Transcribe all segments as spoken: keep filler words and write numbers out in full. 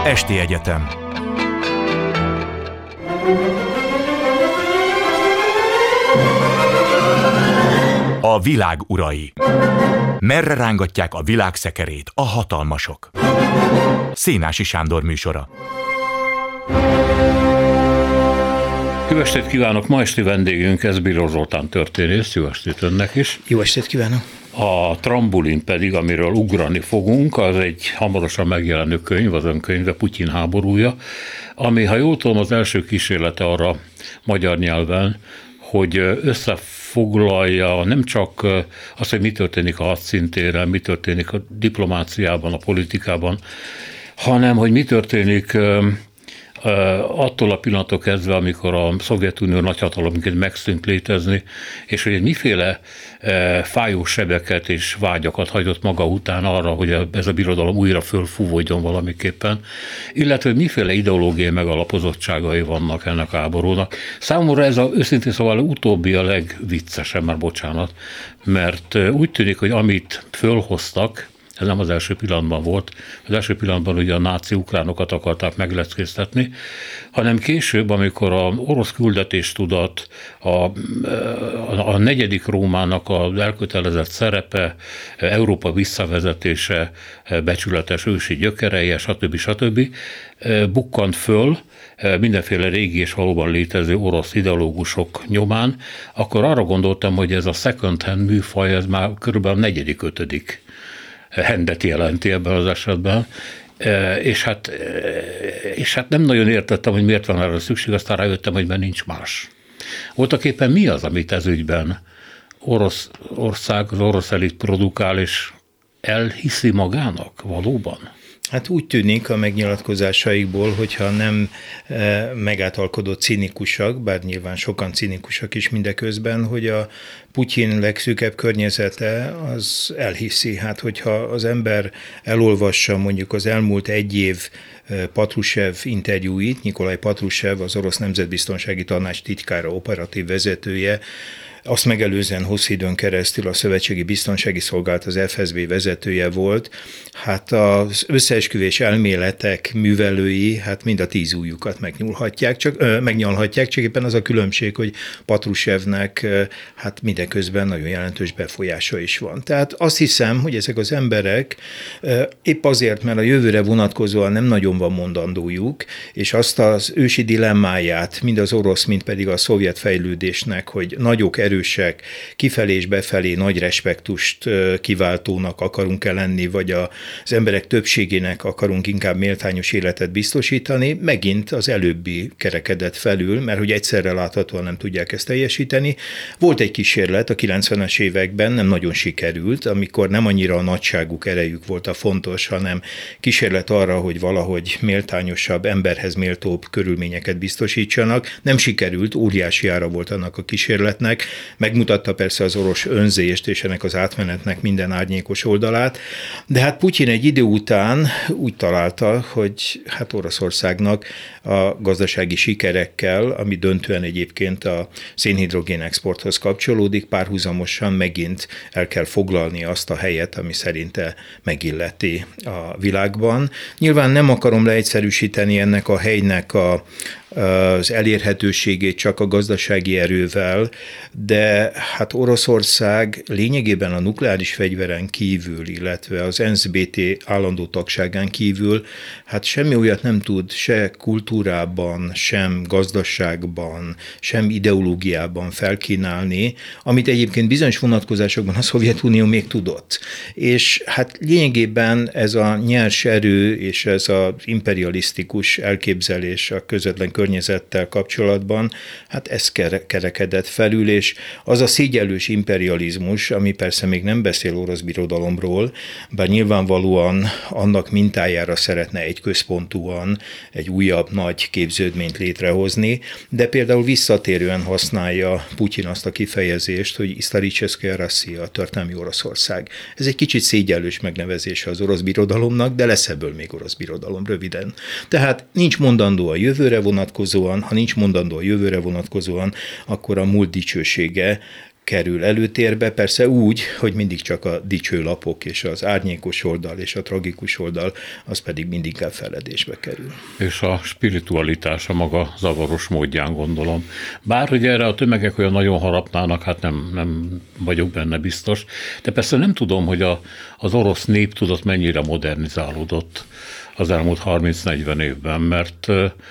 Esti Egyetem. A világ urai. Merre rángatják a világ szekerét a hatalmasok? Szénási Sándor műsora. Jó estét kívánok! Ma esti vendégünk Eszbíró Zoltán történész. Jó estét önnek is! Jó estét kívánok! A Trambulin pedig, amiről ugrani fogunk, az egy hamarosan megjelenő könyv, az önkönyve, Putyin háborúja, ami, ha jól tudom, az első kísérlete arra magyar nyelven, hogy összefoglalja nem csak azt, hogy mi történik a hadszintéren, mi történik a diplomáciában, a politikában, hanem hogy mi történik attól a pillanattól kezdve, amikor a Szovjetunió nagyhatalomként megszűnt létezni, és hogy miféle fájó sebeket és vágyakat hagyott maga után arra, hogy ez a birodalom újra fölfúvódjon valamiképpen, illetve hogy miféle ideológiai megalapozottságai vannak ennek a háborúnak. Számomra ez a őszintén szóval utóbbi a legviccesebb, már bocsánat, mert úgy tűnik, hogy amit fölhoztak, ez nem az első pillanatban volt. Az első pillanatban ugye a náci ukránokat akarták megleckéztetni, hanem később, amikor az orosz küldetéstudat, a, a, a negyedik Rómának az elkötelezett szerepe, Európa visszavezetése, becsületes ősi gyökerei, stb. stb. Bukkant föl mindenféle régi és valóban létező orosz ideológusok nyomán, akkor arra gondoltam, hogy ez a second hand műfaj, ez már körülbelül a negyedik, ötödik hendet jelenti ebben az esetben, és hát, és hát nem nagyon értettem, hogy miért van erre szükség, aztán rájöttem, hogy már nincs más. Voltaképpen mi az, amit ez ügyben Oroszország, az orosz elit produkál, és elhiszi magának valóban? Hát úgy tűnik a megnyilatkozásaikból, hogyha nem e, megátalkodott cinikusak, bár nyilván sokan cinikusak is mindeközben, hogy a Putyin legszűkebb környezete az elhiszi. Hát hogyha az ember elolvassa mondjuk az elmúlt egy év Patrushev interjúit, Nikolaj Patrushev, az orosz nemzetbiztonsági tanács titkára, operatív vezetője, azt megelőzően hosszú időn keresztül a Szövetségi Biztonsági Szolgálat, az ef es bé vezetője volt. Hát az összeesküvés elméletek művelői, hát mind a tíz ujjukat megnyúlhatják, csak, ö, megnyalhatják, csak éppen az a különbség, hogy Patrushevnek ö, hát mindeközben nagyon jelentős befolyása is van. Tehát azt hiszem, hogy ezek az emberek ö, épp azért, mert a jövőre vonatkozóan nem nagyon van mondandójuk, és azt az ősi dilemmáját, mind az orosz, mind pedig a szovjet fejlődésnek, hogy nagyok, erősek, kifelé és befelé nagy respektust kiváltónak akarunk-e lenni, vagy az emberek többségének akarunk inkább méltányos életet biztosítani, megint az előbbi kerekedett felül, mert hogy egyszerre láthatóan nem tudják ezt teljesíteni. Volt egy kísérlet a kilencvenes években, nem nagyon sikerült, amikor nem annyira a nagyságuk, erejük volt a fontos, hanem kísérlet arra, hogy valahogy méltányosabb, emberhez méltóbb körülményeket biztosítsanak. Nem sikerült, óriási ára volt annak a kísérletnek, megmutatta persze az orosz önzést és ennek az átmenetnek minden árnyékos oldalát, de hát Putyin egy idő után úgy találta, hogy hát Oroszországnak a gazdasági sikerekkel, ami döntően egyébként a szénhidrogén exporthoz kapcsolódik, párhuzamosan megint el kell foglalni azt a helyet, ami szerinte megilleti a világban. Nyilván nem akarom leegyszerűsíteni ennek a helynek a az elérhetőségét csak a gazdasági erővel, de hát Oroszország lényegében a nukleáris fegyveren kívül, illetve az en es zé bé té állandó tagságán kívül, hát semmi olyat nem tud se kultúrában, sem gazdaságban, sem ideológiában felkínálni, amit egyébként bizonyos vonatkozásokban a Szovjetunió még tudott. És hát lényegében ez a nyers erő és ez az imperialisztikus elképzelés a közvetlen környezettel kapcsolatban, hát ez kerekedett felül, és az a szégyellős imperializmus, ami persze még nem beszél orosz birodalomról, bár nyilvánvalóan annak mintájára szeretne egyközpontúan egy újabb nagy képződményt létrehozni, de például visszatérően használja Putyin azt a kifejezést, hogy Istaricheskaya Rossija, a történelmi Oroszország. Ez egy kicsit szégyellős megnevezése az orosz birodalomnak, de lesz ebből még orosz birodalom röviden. Tehát nincs mondandó a jövőre vonatkozóan, ha nincs mondandó a jövőre vonatkozóan, akkor a múlt dicsősége kerül előtérbe, persze úgy, hogy mindig csak a dicső lapok és az árnyékos oldal és a tragikus oldal, az pedig mindig elfeledésbe kerül. És a spiritualitása maga zavaros módján, gondolom. Bár hogy erre a tömegek olyan nagyon harapnának, hát nem, nem vagyok benne biztos, de persze nem tudom, hogy a, az orosz néptudat mennyire modernizálódott az elmúlt harminc-negyven évben, mert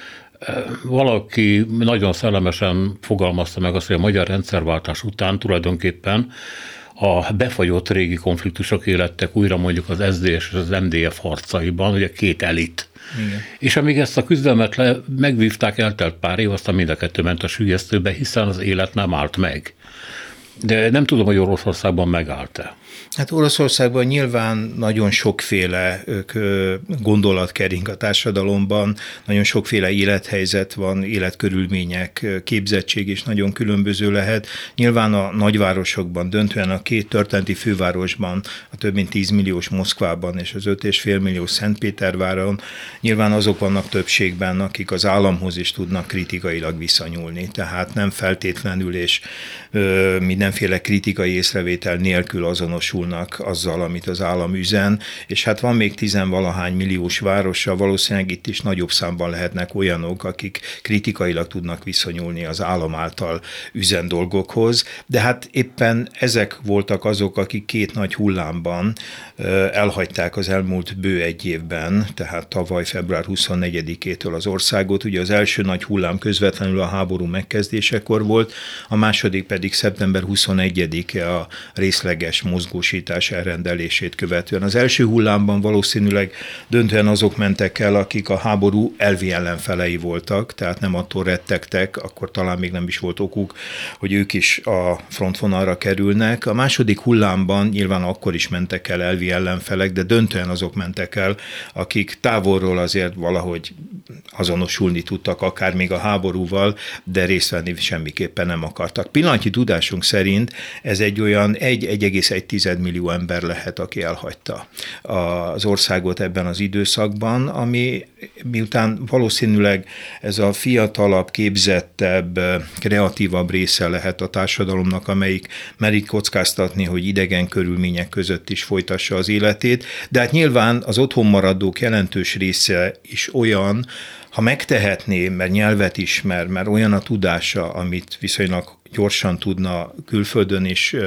valaki nagyon szellemesen fogalmazta meg azt, hogy a magyar rendszerváltás után tulajdonképpen a befagyott régi konfliktusok élettek újra mondjuk az es zé es és az em dé ef harcaiban, ugye két elit. Igen. És amíg ezt a küzdelmet le, megvívták, eltelt pár év, aztán mind a kettő ment a sülyeztőbe, hiszen az élet nem állt meg. De nem tudom, hogy Oroszországban megállt-e. Hát Oroszországban nyilván nagyon sokféle gondolat kering a társadalomban, nagyon sokféle élethelyzet van, életkörülmények, képzettség is nagyon különböző lehet. Nyilván a nagyvárosokban, döntően a két történeti fővárosban, a több mint tíz milliós Moszkvában és az öt és fél milliós Szentpéterváron, nyilván azok vannak többségben, akik az államhoz is tudnak kritikailag viszonyulni. Tehát nem feltétlenül és ö, mindenféle kritikai észrevétel nélkül azonosulnak azzal, amit az állam üzen, és hát van még tizenvalahány milliós városa, valószínűleg itt is nagyobb számban lehetnek olyanok, akik kritikailag tudnak viszonyulni az állam által üzen dolgokhoz, de hát éppen ezek voltak azok, akik két nagy hullámban elhagyták az elmúlt bő egy évben, tehát tavaly február huszonnegyedikétől az országot. Ugye az első nagy hullám közvetlenül a háború megkezdésekor volt, a második pedig szeptember huszonegyedike a részleges mozgósítás elrendelését követően. Az első hullámban valószínűleg döntően azok mentek el, akik a háború elvi ellenfelei voltak, tehát nem attól rettegtek, akkor talán még nem is volt okuk, hogy ők is a frontvonalra kerülnek. A második hullámban nyilván akkor is mentek el elvi ellenfelek, de döntően azok mentek el, akik távolról azért valahogy azonosulni tudtak, akár még a háborúval, de részt venni semmiképpen nem akartak. Pillanatnyi tudásunk szerint ez egy olyan egy egész egy millió ember lehet, aki elhagyta az országot ebben az időszakban, ami miután valószínűleg ez a fiatalabb, képzettebb, kreatívabb része lehet a társadalomnak, amelyik merik kockáztatni, hogy idegen körülmények között is folytassa az életét, de hát nyilván az otthon maradók jelentős része is olyan, ha megtehetné, mert nyelvet ismer, mert olyan a tudása, amit viszonylag gyorsan tudna külföldön is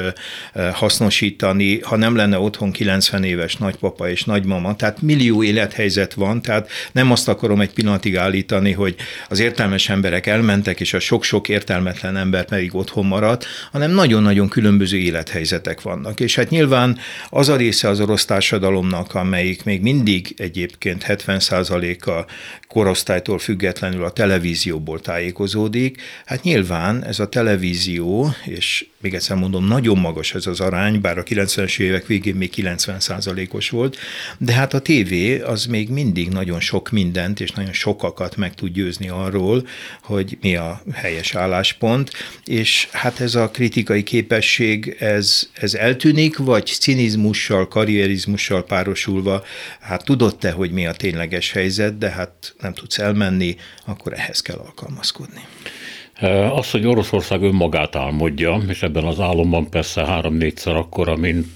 hasznosítani, ha nem lenne otthon kilencven éves nagypapa és nagymama, tehát millió élethelyzet van, tehát nem azt akarom egy pillanatig állítani, hogy az értelmes emberek elmentek, és a sok-sok értelmetlen ember pedig otthon maradt, hanem nagyon-nagyon különböző élethelyzetek vannak. És hát nyilván az a része az orosz társadalomnak, amelyik még mindig egyébként hetven százaléka korosztálytól függetlenül a televízióból tájékozódik, hát nyilván ez a televízió, és még egyszer mondom, nagyon magas ez az arány, bár a kilencvenes évek végén még kilencven százalékos volt, de hát a tévé az még mindig nagyon sok mindent, és nagyon sokakat meg tud győzni arról, hogy mi a helyes álláspont, és hát ez a kritikai képesség, ez, ez eltűnik, vagy cinizmussal, karrierizmussal párosulva, hát tudod te, hogy mi a tényleges helyzet, de hát nem tudsz elmenni, akkor ehhez kell alkalmazkodni. Az, hogy Oroszország önmagát álmodja, és ebben az álomban persze három-négyszer akkora, mint,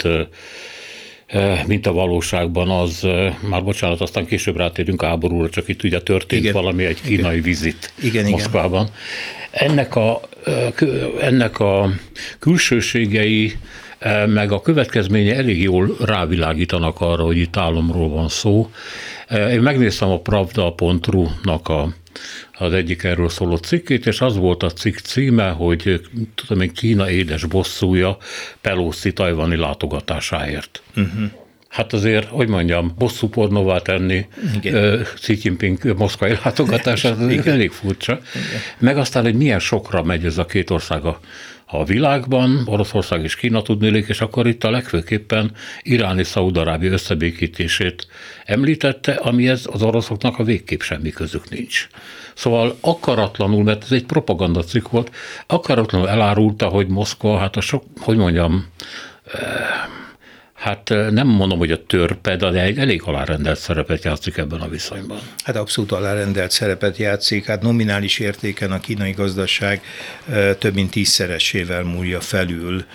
mint a valóságban, az, már bocsánat, aztán később rátérünk a háborúra, csak itt ugye történt igen. valami, egy kínai igen. vizit igen, Moszkvában. Igen. Ennek a, ennek a külsőségei meg a következménye elég jól rávilágítanak arra, hogy itt álomról van szó. Én megnéztem a pravda pont ru-nak a az egyik erről szóló cikkét, és az volt a cikk címe, hogy tudom én, Kína édes bosszúja Pelosi tajvani látogatásáért. Uh-huh. Hát azért, hogy mondjam, bosszú pornóvá tenni Xi Jinping moszkvai látogatását, az elég furcsa. Igen. Meg aztán, hogy milyen sokra megy ez a két ország a, a világban, Oroszország és Kína tudnélik, és akkor itt a legfőképpen iráni Szaúd-Arábia összebékítését említette, amihez az oroszoknak a végképp semmi közük nincs. Szóval akaratlanul, mert ez egy propagandacikk volt, akaratlanul elárulta, hogy Moszkva, hát a sok, hogy mondjam, Hát nem mondom, hogy a törpe, de egy elég alárendelt szerepet játszik ebben a viszonyban. Hát abszolút alárendelt szerepet játszik. Hát nominális értéken a kínai gazdaság több mint tízszeresével múlja felül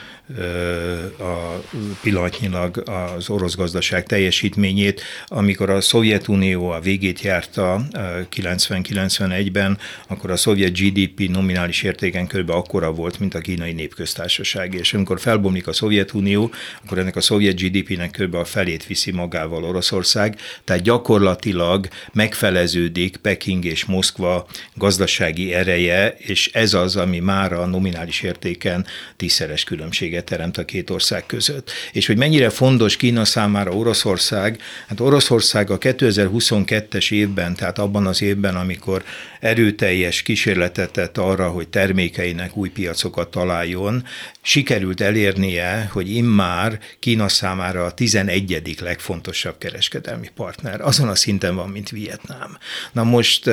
a pillanatnyilag az orosz gazdaság teljesítményét. Amikor a Szovjetunió a végét járta kilencven-kilencvenegyben, akkor a szovjet gé dé pé nominális értéken kb. Akkora volt, mint a kínai népköztársaság. És amikor felbomlik a Szovjetunió, akkor ennek a szovjet gé dé pének kb. A felét viszi magával Oroszország, tehát gyakorlatilag megfeleződik Peking és Moszkva gazdasági ereje, és ez az, ami már a nominális értéken tízszeres különbséget teremt a két ország között. És hogy mennyire fontos Kína számára Oroszország, hát Oroszország a kétezer-huszonkettes évben, tehát abban az évben, amikor erőteljes kísérletet tett arra, hogy termékeinek új piacokat találjon, sikerült elérnie, hogy immár Kína számára a tizenegyedik legfontosabb kereskedelmi partner. Azon a szinten van, mint Vietnám. Na most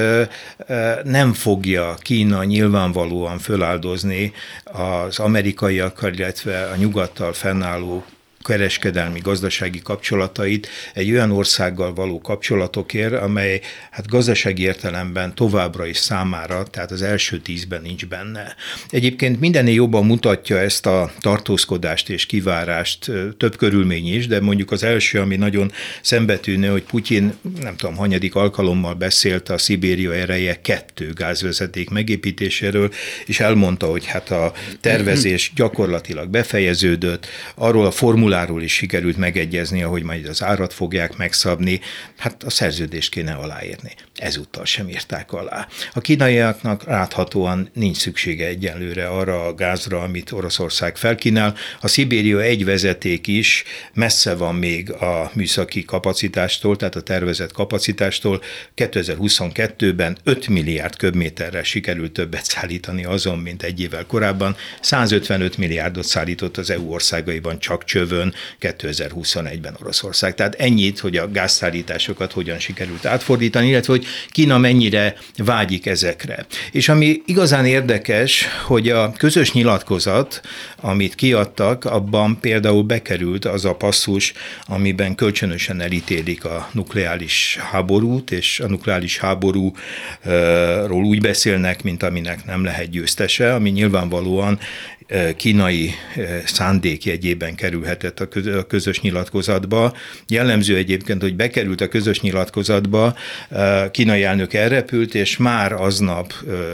nem fogja Kína nyilvánvalóan föláldozni az amerikaiakkal, illetve a nyugattal fennálló kereskedelmi, gazdasági kapcsolatait egy olyan országgal való kapcsolatokért, amely hát gazdasági értelemben továbbra is számára, tehát az első tízben nincs benne. Egyébként mindennél jobban mutatja ezt a tartózkodást és kivárást több körülmény is, de mondjuk az első, ami nagyon szembetűnő, hogy Putyin nem tudom, hanyadik alkalommal beszélt a Szibéria ereje kettő gázvezeték megépítéséről, és elmondta, hogy hát a tervezés gyakorlatilag befejeződött, arról a formulá ról is sikerült megegyezni, ahogy majd az árat fogják megszabni, hát a szerződést kéne aláírni. Ezúttal sem írták alá. A kínaiaknak láthatóan nincs szüksége egyenlőre arra a gázra, amit Oroszország felkínál. A Szibéria egy vezeték is messze van még a műszaki kapacitástól, tehát a tervezett kapacitástól. kétezer-huszonkettőben öt milliárd köbméterrel sikerült többet szállítani azon, mint egy évvel korábban. százötvenöt milliárdot szállított az é u országaiban csak csövön kétezer-huszonegyben Oroszország. Tehát ennyit, hogy a gázszállításokat hogyan sikerült átfordítani, illetve hogy Kína mennyire vágyik ezekre. És ami igazán érdekes, hogy a közös nyilatkozat, amit kiadtak, abban például bekerült az a passzus, amiben kölcsönösen elítélik a nukleáris háborút, és a nukleáris háborúról úgy beszélnek, mint aminek nem lehet győztese, ami nyilvánvalóan kínai szándék jegyében kerülhetett a közös nyilatkozatba. Jellemző egyébként, hogy bekerült a közös nyilatkozatba, kínai elnök elrepült, és már aznap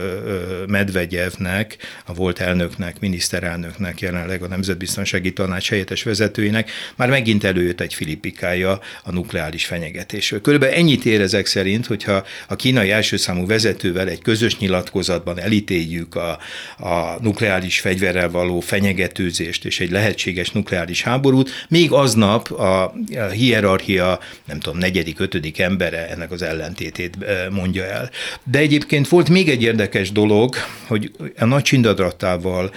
Medvegyevnek, a volt elnöknek, miniszterelnöknek, jelenleg a Nemzetbiztonsági Tanács helyettes vezetőjének már megint előjött egy filipikája a nukleáris fenyegetésről. Körülbelül ennyit ér ezek szerint, hogyha a kínai elsőszámú vezetővel egy közös nyilatkozatban elítéljük a, a nukleáris fegyverrel való fenyegetőzést és egy lehetséges nukleáris háborút, még aznap a hierarchia, nem tudom, negyedik, ötödik embere ennek az ellentétét mondja el. De egyébként volt még egy érdekes dolog, hogy a Nagy Csindadrattával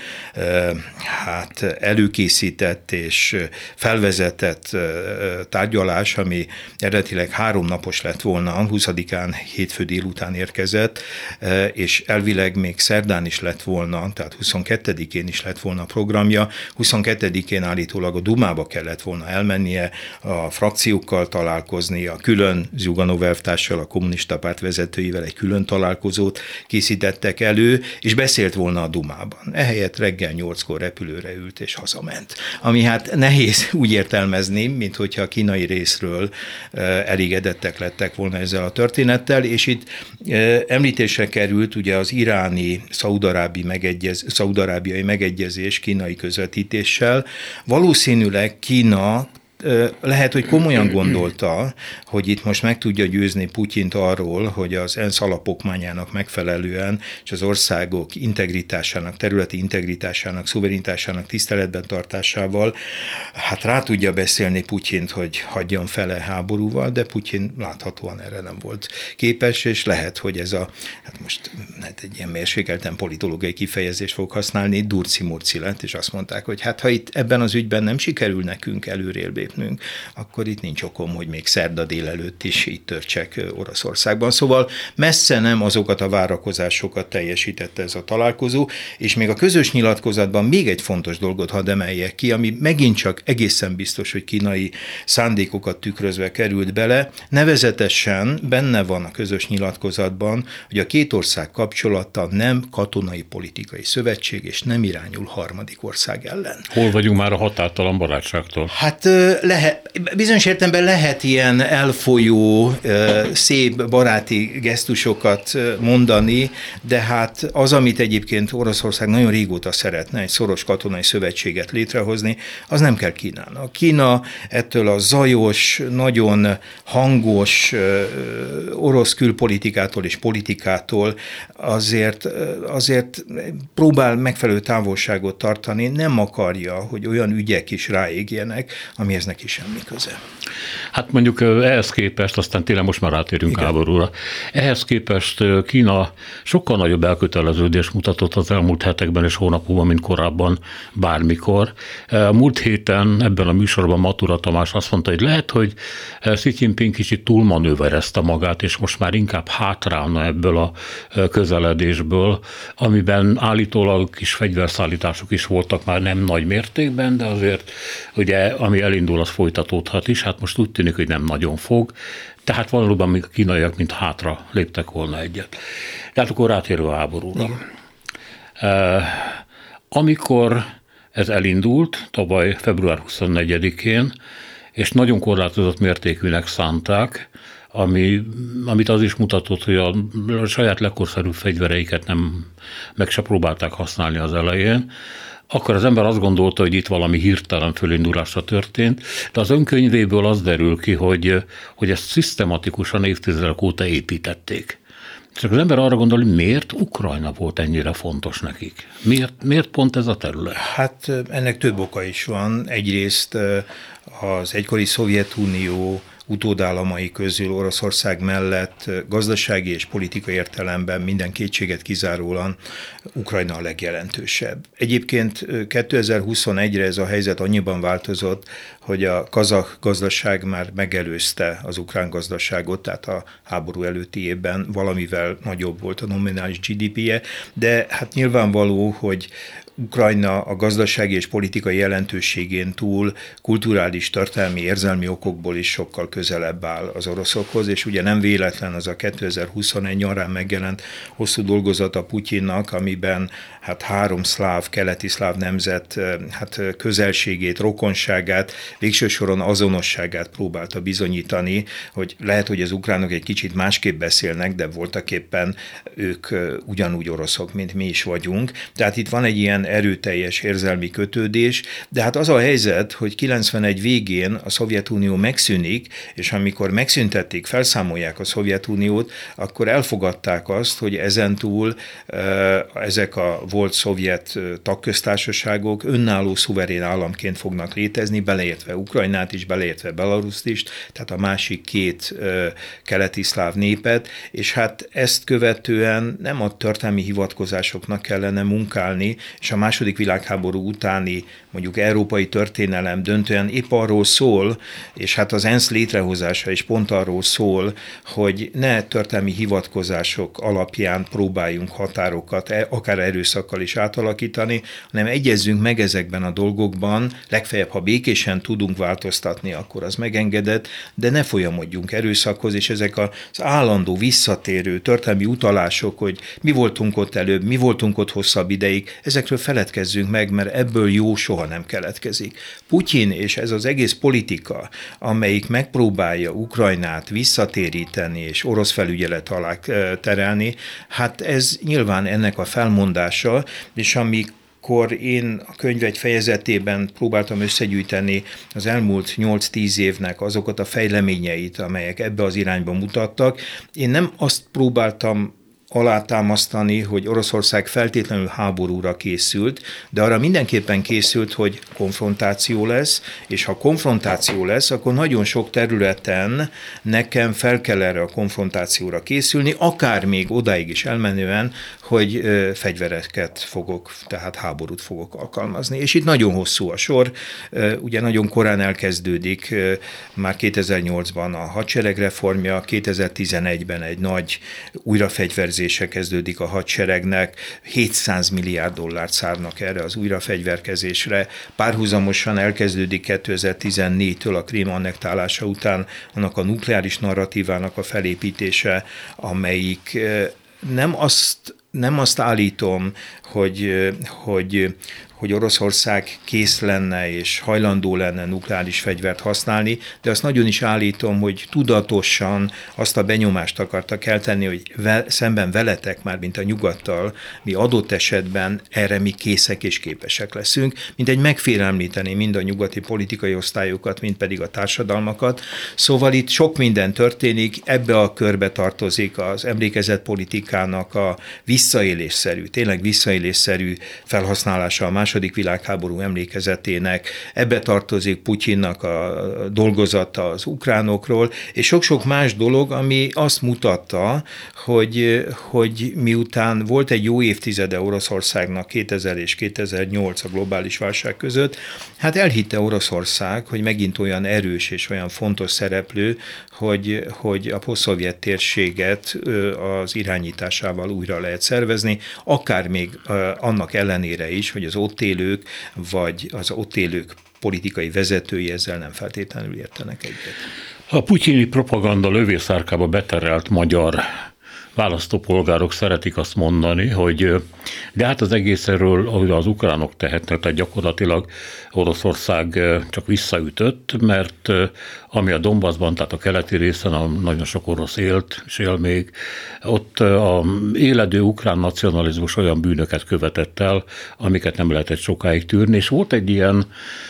hát előkészített és felvezetett tárgyalás, ami eredetileg három napos lett volna, huszadikán hétfő délután érkezett, és elvileg még szerdán is lett volna, tehát huszonkettedikén is lett volna a programja. huszonkettedikén állítólag a Dumába kellett volna elmennie, a frakciókkal találkozni, a külön Zsuganov elvtárssal, a kommunista párt vezetőivel egy külön találkozót készítettek elő, és beszélt volna a Dumában. Ehelyett reggel nyolckor repülőre ült és hazament. Ami hát nehéz úgy értelmezni, mint hogyha a kínai részről elégedettek lettek volna ezzel a történettel, és itt említésre került ugye az iráni szaudarábi megegyez, szaudarábiai megegyezés kínai közvetítéssel. Valószínűleg Kína lehet, hogy komolyan gondolta, hogy itt most meg tudja győzni Putyint arról, hogy az ENSZ alapokmányának megfelelően és az országok integritásának, területi integritásának, szuverenitásának tiszteletben tartásával hát rá tudja beszélni Putyint, hogy hagyjon fele háborúval, de Putyin láthatóan erre nem volt képes, és lehet, hogy ez a, hát most hát egy ilyen mérsékelten politológiai kifejezést fog használni, durci-murci lett, és azt mondták, hogy hát ha itt ebben az ügyben nem sikerül nekünk előrébb lépnünk, akkor itt nincs okom, hogy még szerda délelőtt is itt törtsek Oroszországban. Szóval messze nem azokat a várakozásokat teljesítette ez a találkozó, és még a közös nyilatkozatban még egy fontos dolgot hadd emeljek ki, ami megint csak egészen biztos, hogy kínai szándékokat tükrözve került bele, nevezetesen benne van a közös nyilatkozatban, hogy a két ország kapcsolata nem katonai politikai szövetség, és nem irányul harmadik ország ellen. Hol vagyunk már a határtalan barátságtól? Hát lehet, bizonyos értelemben lehet ilyen elfolyó, szép baráti gesztusokat mondani, de hát az, amit egyébként Oroszország nagyon régóta szeretne, egy szoros katonai szövetséget létrehozni, az nem kell Kínának. Kína ettől a zajos, nagyon hangos orosz külpolitikától és politikától azért, azért próbál megfelelő távolságot tartani, nem akarja, hogy olyan ügyek is ráégjenek, amihez neki semmi köze. Hát mondjuk ehhez képest, aztán tényleg most már rátérünk háborúra, ehhez képest Kína sokkal nagyobb elköteleződést mutatott az elmúlt hetekben és hónapokban, mint korábban bármikor. Múlt héten ebben a műsorban Matura Tamás azt mondta, hogy lehet, hogy Xi Jinping kicsit túlmanőverezte magát, és most már inkább hátrálna ebből a közeledésből, amiben állítólag kis fegyverszállítások is voltak már nem nagy mértékben, de azért ugye ami elindul, az folytatódhat is, hát most úgy tűnik, hogy nem nagyon fog, tehát valóban a kínaiak mint hátra léptek volna egyet. Tehát akkor rátérve a háborúra. Igen. Amikor ez elindult, tavaly február huszonnegyedikén, és nagyon korlátozott mértékűnek szánták, ami, amit az is mutatott, hogy a saját legkorszerűbb fegyvereiket nem, meg se próbálták használni az elején, akkor az ember azt gondolta, hogy itt valami hirtelen fölindulásra történt, de az önkönyvéből az derül ki, hogy, hogy ezt szisztematikusan évtizedek óta építették. Csak az ember arra gondol, hogy miért Ukrajna volt ennyire fontos nekik? Miért, miért pont ez a terület? Hát ennek több oka is van. Egyrészt az egykori Szovjetunió utódállamai közül Oroszország mellett gazdasági és politikai értelemben minden kétséget kizárólag Ukrajna a legjelentősebb. Egyébként kétezer-huszonegyre ez a helyzet annyiban változott, hogy a kazah gazdaság már megelőzte az ukrán gazdaságot, tehát a háború előtti évben valamivel nagyobb volt a nominális gé dé pé-je, de hát nyilvánvaló, hogy Ukrajna a gazdasági és politikai jelentőségén túl kulturális, történelmi, érzelmi okokból is sokkal közelebb áll az oroszokhoz, és ugye nem véletlen az a kétezer-huszonegy nyarán megjelent hosszú dolgozata Putyinnak, amiben hát három szláv, keleti szláv nemzet hát közelségét, rokonságát, végső soron azonosságát próbálta bizonyítani, hogy lehet, hogy az ukránok egy kicsit másképp beszélnek, de voltaképpen ők ugyanúgy oroszok, mint mi is vagyunk. Tehát itt van egy ilyen erőteljes érzelmi kötődés, de hát az a helyzet, hogy kilencvenegy végén a Szovjetunió megszűnik, és amikor megszüntették, felszámolják a Szovjetuniót, akkor elfogadták azt, hogy ezentúl ezek a volt szovjet tagköztársaságok önálló szuverén államként fognak létezni, beleértve Ukrajnát is, beleértve Belaruszt is, tehát a másik két keleti szláv népet, és hát ezt követően nem a történelmi hivatkozásoknak kellene munkálni, és a második világháború utáni mondjuk európai történelem döntően épp arról szól, és hát az ENSZ létrehozása is pont arról szól, hogy ne történelmi hivatkozások alapján próbáljunk határokat, akár erőszakkal is átalakítani, hanem egyezzünk meg ezekben a dolgokban, legfeljebb, ha békésen tudunk változtatni, akkor az megengedett, de ne folyamodjunk erőszakhoz, és ezek az állandó visszatérő történelmi utalások, hogy mi voltunk ott előbb, mi voltunk ott hosszabb ideig, ezekről feledkezzünk meg, mert ebből jó soha nem keletkezik. Putyin és ez az egész politika, amelyik megpróbálja Ukrajnát visszatéríteni és orosz felügyelet alá terelni, hát ez nyilván ennek a felmondása, és amik akkor én a könyv egy fejezetében próbáltam összegyűjteni az elmúlt nyolc-tíz évnek azokat a fejleményeit, amelyek ebbe az irányba mutattak. Én nem azt próbáltam alátámasztani, hogy Oroszország feltétlenül háborúra készült, de arra mindenképpen készült, hogy konfrontáció lesz, és ha konfrontáció lesz, akkor nagyon sok területen nekem fel kell erre a konfrontációra készülni, akár még odáig is elmenően, hogy fegyvereket fogok, tehát háborút fogok alkalmazni. És itt nagyon hosszú a sor, ugye nagyon korán elkezdődik, már kétezer-nyolcban a hadsereg reformja, kétezer-tizenegyben egy nagy újrafegyverzése kezdődik a hadseregnek, hétszáz milliárd dollárt szánnak erre az újrafegyverkezésre, párhuzamosan elkezdődik kétezer-tizennégytől a Krím annektálása után annak a nukleáris narratívának a felépítése, amelyik nem azt, nem azt állítom, hogy, hogy, hogy Oroszország kész lenne és hajlandó lenne nukleáris fegyvert használni, de azt nagyon is állítom, hogy tudatosan azt a benyomást akartak eltenni, hogy ve, szemben veletek, már mint a nyugattal, mi adott esetben erre mi készek és képesek leszünk, mint egy megfélemlíteni mind a nyugati politikai osztályokat, mind pedig a társadalmakat. Szóval itt sok minden történik, ebbe a körbe tartozik az emlékezetpolitikának a visszaélésszerű, tényleg visszaélésszerű felhasználása a második világháború emlékezetének, ebbe tartozik Putyinnak a dolgozata az ukránokról, és sok-sok más dolog, ami azt mutatta, hogy, hogy miután volt egy jó évtizede Oroszországnak kétezer és kétezer-nyolc a globális válság között, hát elhitte Oroszország, hogy megint olyan erős és olyan fontos szereplő, hogy, hogy a posztszovjet térséget az irányításával újra lehet szervezni, akár még annak ellenére is, hogy az ott élők, vagy az ott élők politikai vezetői ezzel nem feltétlenül értenek egyet. A putyini propaganda lövészárkába beterelt magyar választópolgárok szeretik azt mondani, hogy de hát az egészről, ahogy az ukránok tehetnek, tehát gyakorlatilag Oroszország csak visszaütött, mert ami a Donbassban, tehát a keleti részen a nagyon sok orosz élt, és él még, ott a éledő ukrán nacionalizmus olyan bűnöket követett el, amiket nem lehetett sokáig tűrni, és volt egy ilyen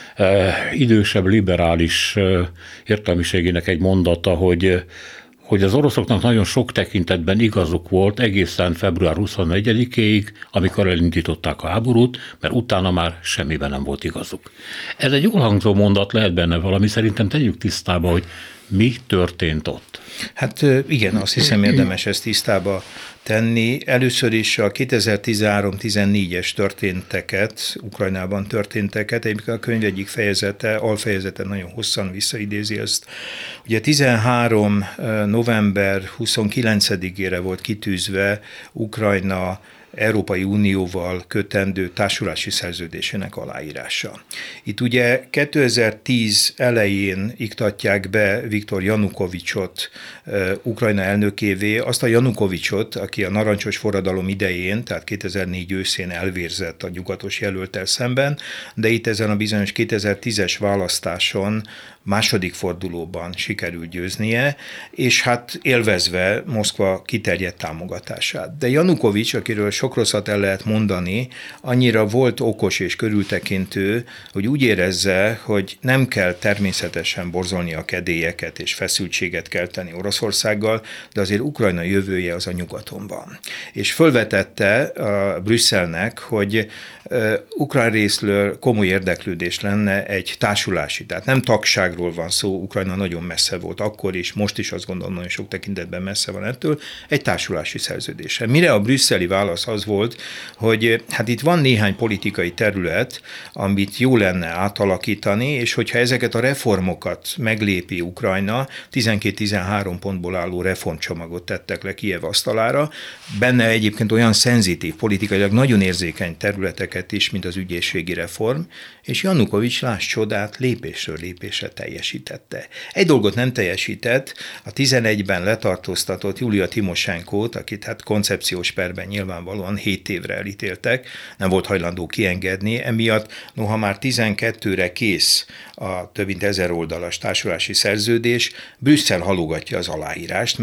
idősebb liberális értelmiségének egy mondata, hogy hogy az oroszoknak nagyon sok tekintetben igazuk volt egészen február huszonnegyedikéig, amikor elindították a háborút, mert utána már semmiben nem volt igazuk. Ez egy jól hangzó mondat, lehet benne valami, szerintem tegyük tisztába, hogy mi történt ott. Hát igen, azt hiszem érdemes ezt tisztába tenni. Először is a kétezer-tizenhárom-tizennégyes történteket, Ukrajnában történteket, egyébként a könyv egyik fejezete, alfejezete nagyon hosszan visszaidézi ezt. Ugye tizenhárom november huszonkilencedikére volt kitűzve Ukrajna Európai Unióval kötendő társulási szerződésének aláírása. Itt ugye kétezer-tíz elején iktatják be Viktor Janukovicsot uh, Ukrajna elnökévé, azt a Janukovicsot, aki a narancsos forradalom idején, tehát kétezer-négy őszén elvérzett a nyugatos jelölttel szemben, de itt ezen a bizonyos kétezer-tízes választáson második fordulóban sikerült győznie, és hát élvezve Moszkva kiterjedt támogatását. De Janukovics, akiről sok rosszat el lehet mondani, annyira volt okos és körültekintő, hogy úgy érezze, hogy nem kell természetesen borzolni a kedélyeket és feszültséget kelteni Oroszországgal, de azért Ukrajna jövője az a nyugaton van. És fölvetette a Brüsszelnek, hogy uh, ukrán részről komoly érdeklődés lenne egy társulási, tehát nem tagságról van szó, Ukrajna nagyon messze volt akkor is, most is azt gondolom, nagyon sok tekintetben messze van ettől, egy társulási szerződésre. Mire a brüsszeli válasz az volt, hogy hát itt van néhány politikai terület, amit jó lenne átalakítani, és hogyha ezeket a reformokat meglépi Ukrajna, tizenkét-tizenhárom pontból álló reformcsomagot tettek le Kijev asztalára, benne egyébként olyan szenzitív, politikailag nagyon érzékeny területeket is, mint az ügyészségi reform, és Janukovics, láss csodát, lépésről lépésre teljesítette. Egy dolgot nem teljesített, a tizenegyben letartóztatott Julia Timosenkót, akit hát koncepciós perben nyilvánvalóan hét évre elítéltek, nem volt hajlandó kiengedni, emiatt noha már tizenkettőre kész a több mint ezer oldalas társulási szerződés, Brüsszel halogatja az aláírást, mert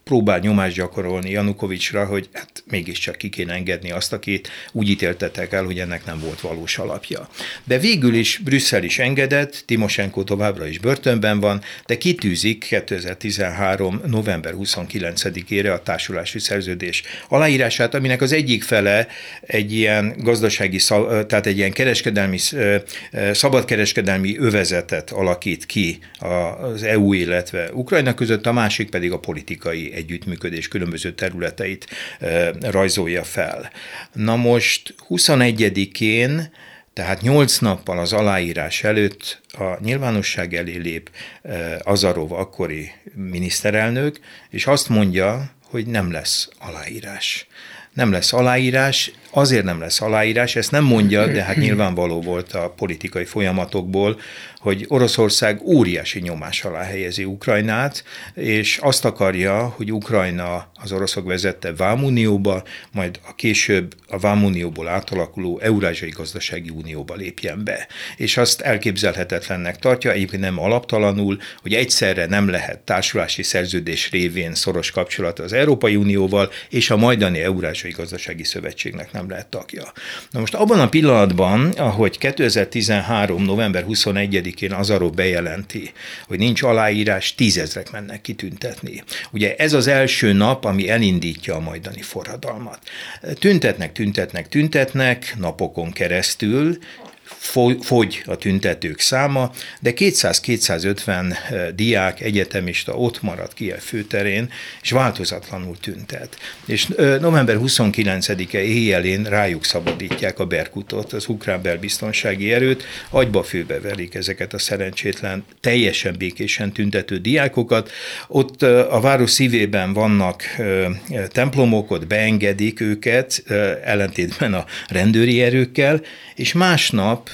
próbál nyomást gyakorolni Janukovicsra, hogy hát mégiscsak ki kéne engedni azt, akit úgy ítéltetek el, hogy ennek nem volt valós alapja. De végül is Brüsszel is engedett, Timosenko továbbra is börtönben van, de kitűzik kétezer-tizenhárom. november huszonkilencedikére a társulási szerződés aláírását, aminek az egyik fele egy ilyen gazdasági, tehát egy ilyen kereskedelmi, szabadkereskedelmi övezetet alakít ki az é u, illetve Ukrajna között, a másik pedig a politikai együttműködés különböző területeit rajzolja fel. Na most huszonegyedikén, tehát nyolc nappal az aláírás előtt a nyilvánosság elé lép Azarov akkori miniszterelnök, és azt mondja, hogy nem lesz aláírás. Nem lesz aláírás, azért nem lesz aláírás, ezt nem mondja, de hát nyilvánvaló volt a politikai folyamatokból, hogy Oroszország óriási nyomás alá helyezi Ukrajnát, és azt akarja, hogy Ukrajna az oroszok vezette Vámunióba, majd a később a Vámunióból átalakuló Eurázsiai Gazdasági Unióba lépjen be. És azt elképzelhetetlennek tartja, egyébként nem alaptalanul, hogy egyszerre nem lehet társulási szerződés révén szoros kapcsolat az Európai Unióval, és a majdani Eurázsiai Gazdasági Szövetségnek nem lehet tagja. Na most abban a pillanatban, ahogy kétezer-tizenhárom. november huszonegyedikén Azarov bejelenti, hogy nincs aláírás, tízezrek mennek kitüntetni. Ugye ez az első nap, ami elindítja a majdani forradalmat. Tüntetnek, tüntetnek, tüntetnek napokon keresztül, fogy a tüntetők száma, de kétszáz-kétszázötven diák, egyetemista ott marad Kijev főterén, és változatlanul tüntet. És november huszonkilencedike éjjelén rájuk szabadítják a Berkutot, az ukrán belbiztonsági erőt, agyba főbe verik ezeket a szerencsétlen, teljesen békésen tüntető diákokat. Ott a város szívében vannak templomok, ott beengedik őket, ellentétben a rendőri erőkkel, és másnap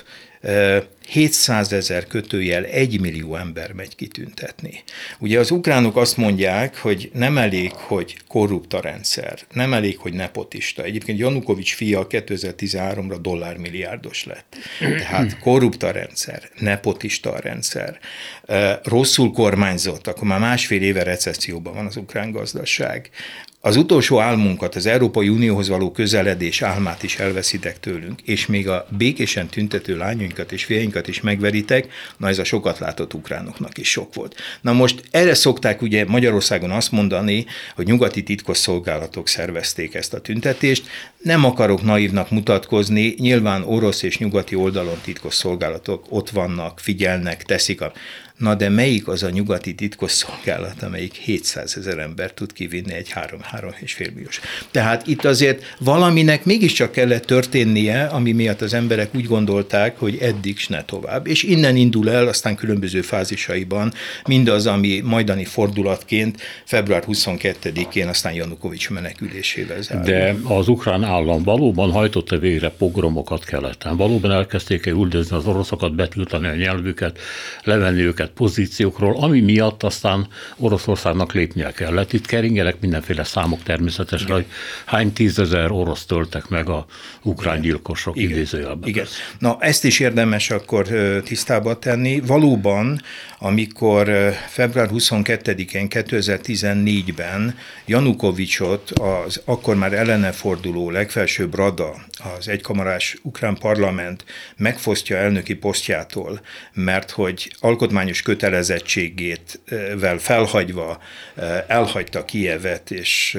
hétszázezer kötőjel egymillió ember megy kitüntetni. Ugye az ukránok azt mondják, hogy nem elég, hogy korrupt a rendszer, nem elég, hogy nepotista. Egyébként Janukovics fia kétezer-tizenháromra dollármilliárdos lett. Tehát korrupt a rendszer, nepotista a rendszer, rosszul kormányzott, akkor már másfél éve recesszióban van az ukrán gazdaság. Az utolsó álmunkat, az Európai Unióhoz való közeledés álmát is elveszitek tőlünk, és még a békésen tüntető lányainkat és fiainkat is megveritek, na ez a sokat látott ukránoknak is sok volt. Na most erre szokták ugye Magyarországon azt mondani, hogy nyugati titkosszolgálatok szervezték ezt a tüntetést. Nem akarok naívnak mutatkozni, nyilván orosz és nyugati oldalon titkosszolgálatok ott vannak, figyelnek, teszik a... Na de melyik az a nyugati titkosszolgálat, amelyik hétszázezer ember tud kivinni egy három-három és fél milliós. Tehát itt azért valaminek mégiscsak kellett történnie, ami miatt az emberek úgy gondolták, hogy eddig s ne tovább. És innen indul el aztán különböző fázisaiban mindaz, ami majdani fordulatként február huszonkettedikén aztán Janukovics menekülésével zárul. De az ukrán állam valóban hajtotta végre pogromokat keleten. Valóban elkezdték el üldözni az oroszokat, betiltani a nyelvüket, levenni őket pozíciókról, ami miatt aztán Oroszországnak lépnie kellett. Itt keringenek mindenféle számok természetesen, igen, hogy hány tízezer orosz töltek meg a ukrán igen. gyilkosok idézőjelben. Igen. Na, ezt is érdemes akkor tisztába tenni. Valóban, amikor február huszonkettedikén kétezer-tizennégyben Janukovicsot az akkor már ellene forduló legfelsőbb rada, az egykamarás ukrán parlament megfosztja elnöki posztjától, mert hogy alkotmányos kötelezettségével felhagyva elhagyta Kijevet, és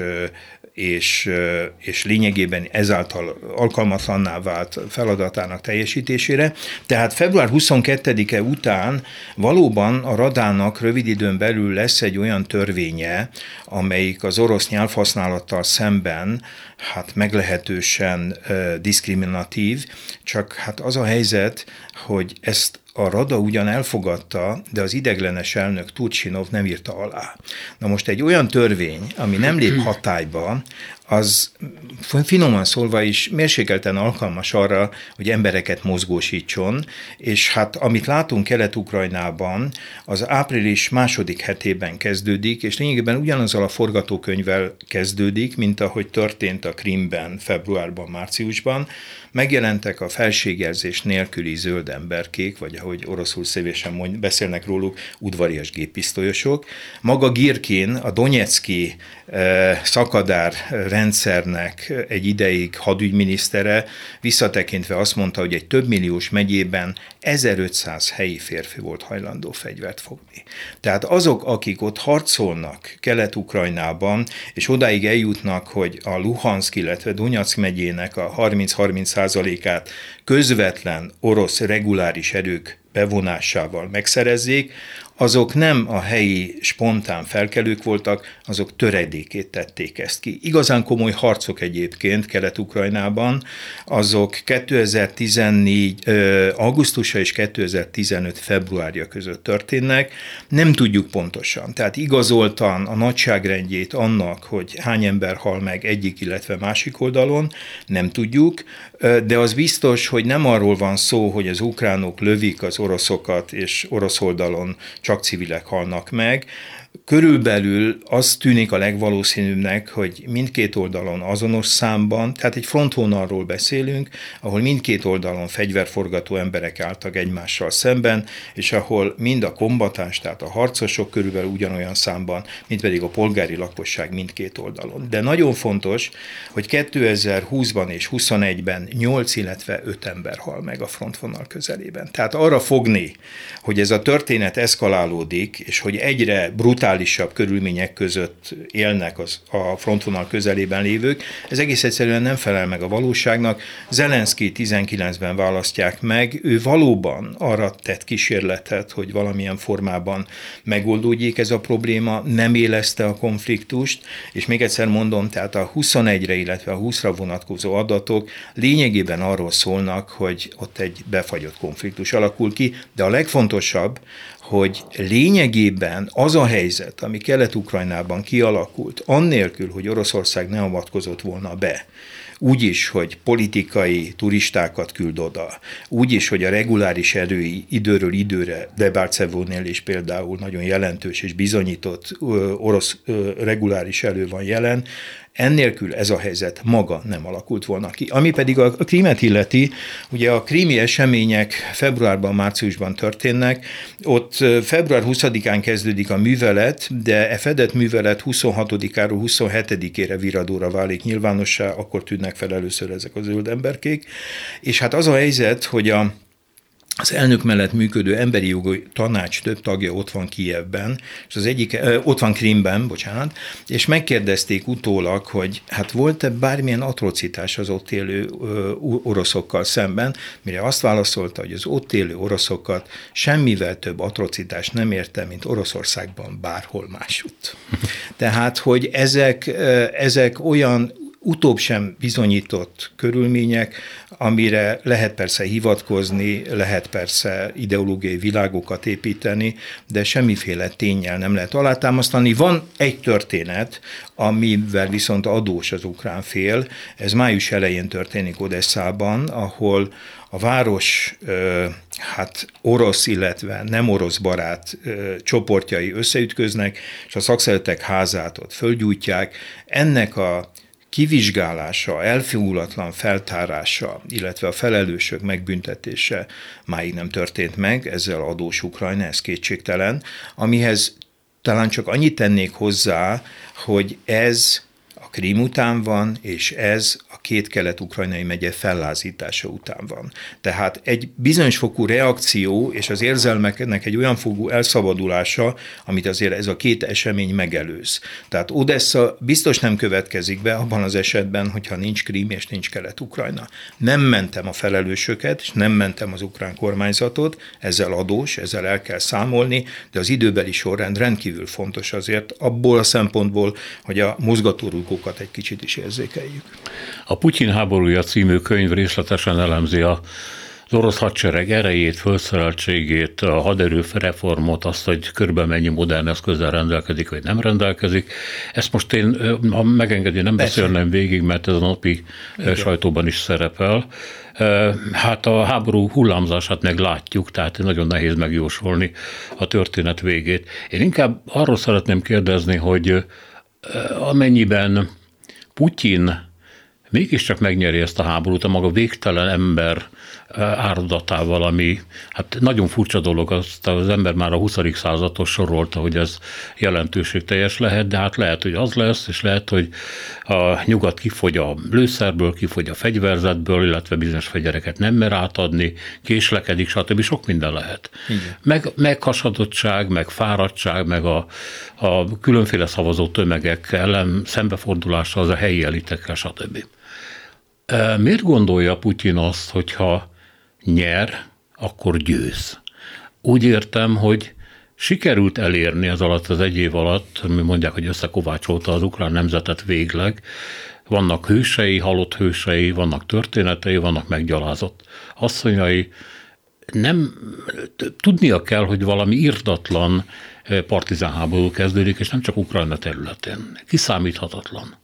És, és lényegében ezáltal alkalmatlanná vált feladatának teljesítésére. Tehát február huszonkettedike után valóban a radának rövid időn belül lesz egy olyan törvénye, amelyik az orosz nyelvhasználattal szemben hát meglehetősen uh, diszkriminatív, csak hát az a helyzet, hogy ezt a rada ugyan elfogadta, de az ideiglenes elnök Turcsinov nem írta alá. Na most egy olyan törvény, ami nem lép hatályba, az finoman szólva is mérsékelten alkalmas arra, hogy embereket mozgósítson, és hát amit látunk Kelet-Ukrajnában, az április második hetében kezdődik, és lényegében ugyanazzal a forgatókönyvvel kezdődik, mint ahogy történt a Krimben februárban, márciusban. Megjelentek a felségjelzés nélküli zöld emberkék, vagy hogy oroszul szívesen mond, beszélnek róluk, udvarias géppisztolyosok. Maga Girkin, a donetszki eh, szakadár rendszernek egy ideig hadügyminisztere, visszatekintve azt mondta, hogy egy több milliós megyében ezerötszáz helyi férfi volt hajlandó fegyvert fogni. Tehát azok, akik ott harcolnak Kelet-Ukrajnában, és odáig eljutnak, hogy a Luhanszk, illetve Donetszk megyének a harminc-harminc százalékát közvetlen orosz reguláris erők bevonásával megszerezzék, azok nem a helyi spontán felkelők voltak, azok töredékét tették ezt ki. Igazán komoly harcok egyébként Kelet-Ukrajnában, azok kétezer-tizennégy augusztusa és kétezer-tizenöt februárja között történnek, nem tudjuk pontosan. Tehát igazoltan a nagyságrendjét annak, hogy hány ember hal meg egyik, illetve másik oldalon, nem tudjuk, de az biztos, hogy nem arról van szó, hogy az ukránok lövik az oroszokat, és orosz oldalon csak civilek halnak meg. Körülbelül az tűnik a legvalószínűbbnek, hogy mindkét oldalon azonos számban, tehát egy frontvonalról beszélünk, ahol mindkét oldalon fegyverforgató emberek álltak egymással szemben, és ahol mind a kombatáns, tehát a harcosok körülbelül ugyanolyan számban, mint pedig a polgári lakosság mindkét oldalon. De nagyon fontos, hogy kétezer-húszban és huszonegyben nyolc, illetve öt ember hal meg a frontvonal közelében. Tehát arra fogni, hogy ez a történet eszkalálódik, és hogy egyre brutálisabb körülmények között élnek az, a frontvonal közelében lévők, ez egész egyszerűen nem felel meg a valóságnak. Zelenszky tizenkilencben választják meg, ő valóban arra tett kísérletet, hogy valamilyen formában megoldódjék ez a probléma, nem élezte a konfliktust, és még egyszer mondom, tehát a huszonegyre, illetve a húszra vonatkozó adatok lényegében arról szólnak, hogy ott egy befagyott konfliktus alakul ki, de a legfontosabb, hogy lényegében az a helyzet, ami Kelet-Ukrajnában kialakult, annélkül, hogy Oroszország ne avatkozott volna be, úgy is, hogy politikai turistákat küld oda, úgy is, hogy a reguláris erői időről időre, Debalcevónél is például nagyon jelentős és bizonyított orosz reguláris erő van jelen, ennélkül ez a helyzet maga nem alakult volna ki. Ami pedig a Krímet illeti, ugye a krími események februárban, márciusban történnek, ott február huszadikán kezdődik a művelet, de e fedett művelet huszonhatodikáról huszonhetedikére viradóra válik nyilvánossá, akkor tűnnek fel először ezek a zöld emberkék, és hát az a helyzet, hogy a az elnök mellett működő emberi jogi tanács több tagja ott van Kijevben, és az egyik, ott van Krímben, bocsánat, és megkérdezték utólag, hogy hát volt-e bármilyen atrocitás az ott élő oroszokkal szemben, mire azt válaszolta, hogy az ott élő oroszokat semmivel több atrocitás nem érte, mint Oroszországban bárhol másutt. Tehát, hogy ezek, ezek olyan utóbb sem bizonyított körülmények, amire lehet persze hivatkozni, lehet persze ideológiai világokat építeni, de semmiféle ténnyel nem lehet alátámasztani. Van egy történet, amivel viszont adós az ukrán fél, ez május elején történik Odesszában, ahol a város hát orosz, illetve nem orosz barát csoportjai összeütköznek, és a szakszervezetek házát ott fölgyújtják. Ennek a kivizsgálása, elfogulatlan feltárása, illetve a felelősök megbüntetése máig nem történt meg, ezzel adós Ukrajna, ez kétségtelen, amihez talán csak annyit tennék hozzá, hogy ez a Krím után van, és ez a két kelet-ukrajnai megye fellázítása után van. Tehát egy bizonyos fokú reakció és az érzelmeknek egy olyan fogú elszabadulása, amit azért ez a két esemény megelőz. Tehát Odessa biztos nem következik be abban az esetben, hogyha nincs Krím és nincs Kelet-Ukrajna. Nem mentem a felelősöket, és nem mentem az ukrán kormányzatot, ezzel adós, ezzel el kell számolni, de az időbeli sorrend rendkívül fontos azért abból a szempontból, hogy a mozgatórugókat egy kicsit is érzékeljük. A Putyin háborúja című könyv részletesen elemzi a az orosz hadsereg erejét, felszereltségét, a haderő reformot, azt, hogy körbe mennyi modern eszközzel rendelkezik, vagy nem rendelkezik. Ezt most én, ha megengedi, nem Persze. beszélnem végig, mert ez a napi Igen. sajtóban is szerepel. Hát a háború hullámzását meg látjuk, tehát nagyon nehéz megjósolni a történet végét. Én inkább arról szeretném kérdezni, hogy amennyiben Putyin mégiscsak megnyeri ezt a háborút, a maga végtelen ember áradatával, ami hát nagyon furcsa dolog, azt az ember már a huszadik századot sorolta, hogy ez jelentőségteljes lehet, de hát lehet, hogy az lesz, és lehet, hogy a nyugat kifogy a lőszerből, kifogy a fegyverzetből, illetve bizonyos fegyvereket nem mer átadni, késlekedik, stb. Sok minden lehet. Igen. Meg, meg hasadottság, meg fáradtság, meg a, a különféle szavazó tömegek ellen szembefordulása az a helyi elitekkel, stb. Miért gondolja Putyin azt, hogyha nyer, akkor győz? Úgy értem, hogy sikerült elérni ez alatt az egy év alatt, mi mondják, hogy összekovácsolta az ukrán nemzetet végleg. Vannak hősei, halott hősei, vannak történetei, vannak meggyalázott asszonyai. Nem, tudnia kell, hogy valami irdatlan partizán háború kezdődik, és nem csak Ukrajna területén. Kiszámíthatatlan.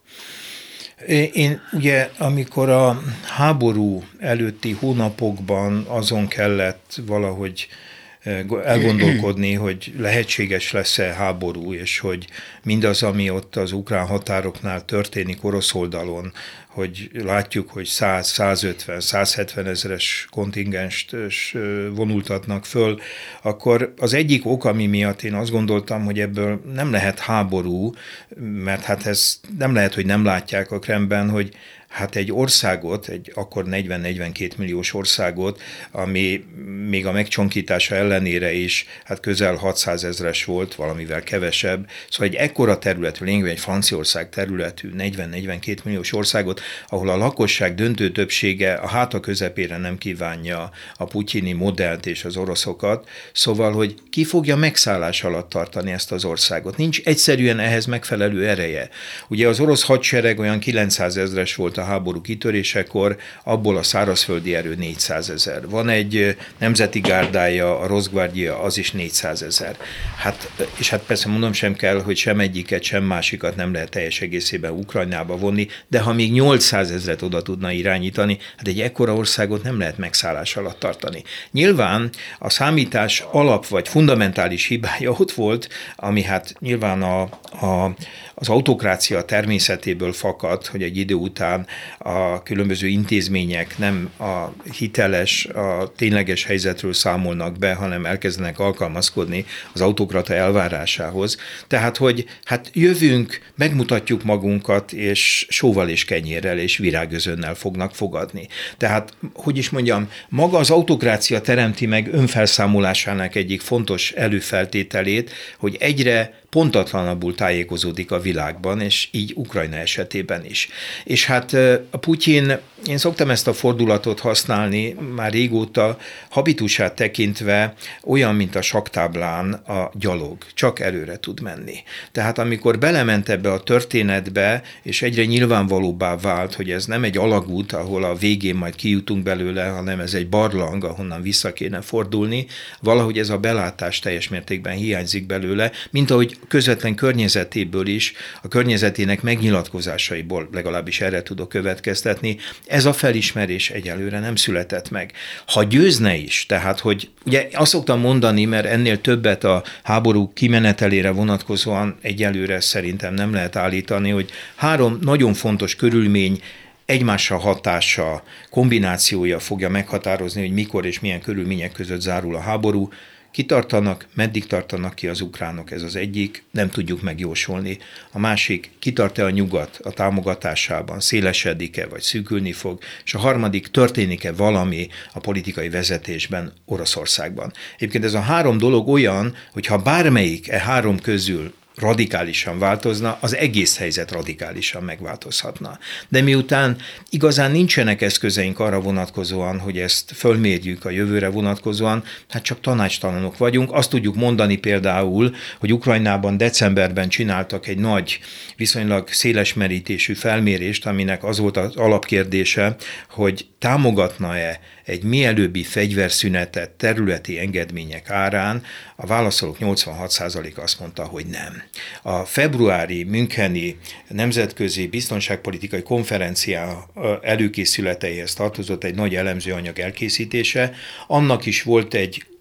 Én ugye, amikor a háború előtti hónapokban azon kellett valahogy elgondolkodni, hogy lehetséges lesz-e háború, és hogy mindaz, ami ott az ukrán határoknál történik orosz oldalon, hogy látjuk, hogy száz, százötven, százhetven ezeres kontingenst vonultatnak föl, akkor az egyik ok, ami miatt én azt gondoltam, hogy ebből nem lehet háború, mert hát ez nem lehet, hogy nem látják a Kremlben, hogy hát egy országot, egy akkor negyven-negyvenkét milliós országot, ami még a megcsonkítása ellenére is hát közel hatszázezres volt, valamivel kevesebb. Szóval egy ekkora területű, lényegében egy Franciaország területű negyven-negyvenkét milliós országot, ahol a lakosság döntő többsége a háta közepére nem kívánja a putyini modellt és az oroszokat, szóval, hogy ki fogja megszállás alatt tartani ezt az országot. Nincs egyszerűen ehhez megfelelő ereje. Ugye az orosz hadsereg olyan kilencszázezres volt a háború kitörésekor, abból a szárazföldi erő négyszázezer. Van egy nemzeti gárdája, a Rosgvardia, az is négyszázezer. Hát, és hát persze mondom sem kell, hogy sem egyiket, sem másikat nem lehet teljes egészében Ukrajnába vonni, de ha még nyolcszázezret oda tudna irányítani, hát egy ekkora országot nem lehet megszállás alatt tartani. Nyilván a számítás alap vagy fundamentális hibája ott volt, ami hát nyilván a, a, az autokrácia természetéből fakad, hogy egy idő után a különböző intézmények nem a hiteles, a tényleges helyzetről számolnak be, hanem elkezdenek alkalmazkodni az autokrata elvárásához. Tehát, hogy hát jövünk, megmutatjuk magunkat, és sóval és kenyérrel és virágözönnel fognak fogadni. Tehát, hogy is mondjam, maga az autokrácia teremti meg önfelszámolásának egyik fontos előfeltételét, hogy egyre pontatlanabbul tájékozódik a világban, és így Ukrajna esetében is. És hát a Putyin, én szoktam ezt a fordulatot használni már régóta, habitusát tekintve olyan, mint a sakktáblán a gyalog, csak előre tud menni. Tehát amikor belement ebbe a történetbe, és egyre nyilvánvalóbbá vált, hogy ez nem egy alagút, ahol a végén majd kijutunk belőle, hanem ez egy barlang, ahonnan vissza kéne fordulni, valahogy ez a belátás teljes mértékben hiányzik belőle, mint ahogy közvetlen környezetéből is, a környezetének megnyilatkozásaiból legalábbis erre tudok következtetni, ez a felismerés egyelőre nem született meg. Ha győzne is, tehát, hogy ugye azt szoktam mondani, mert ennél többet a háború kimenetelére vonatkozóan egyelőre szerintem nem lehet állítani, hogy három nagyon fontos körülmény egymással hatása, kombinációja fogja meghatározni, hogy mikor és milyen körülmények között zárul a háború. Kitartanak, meddig tartanak ki az ukránok, ez az egyik, nem tudjuk megjósolni. A másik, kitart-e a nyugat a támogatásában, szélesedik-e, vagy szűkülni fog, és a harmadik, történik-e valami a politikai vezetésben Oroszországban. Egyébként ez a három dolog olyan, hogy ha bármelyik e három közül radikálisan változna, az egész helyzet radikálisan megváltozhatna. De miután igazán nincsenek eszközeink arra vonatkozóan, hogy ezt fölmérjük a jövőre vonatkozóan, hát csak tanácstalanok vagyunk. Azt tudjuk mondani például, hogy Ukrajnában decemberben csináltak egy nagy, viszonylag széles merítésű felmérést, aminek az volt az alapkérdése, hogy támogatna-e egy mielőbbi fegyverszünetet területi engedmények árán. A válaszolók nyolcvanhat százaléka azt mondta, hogy nem. A februári müncheni nemzetközi biztonságpolitikai konferencia előkészületeihez tartozott egy nagy elemzőanyag elkészítése. Annak is volt egy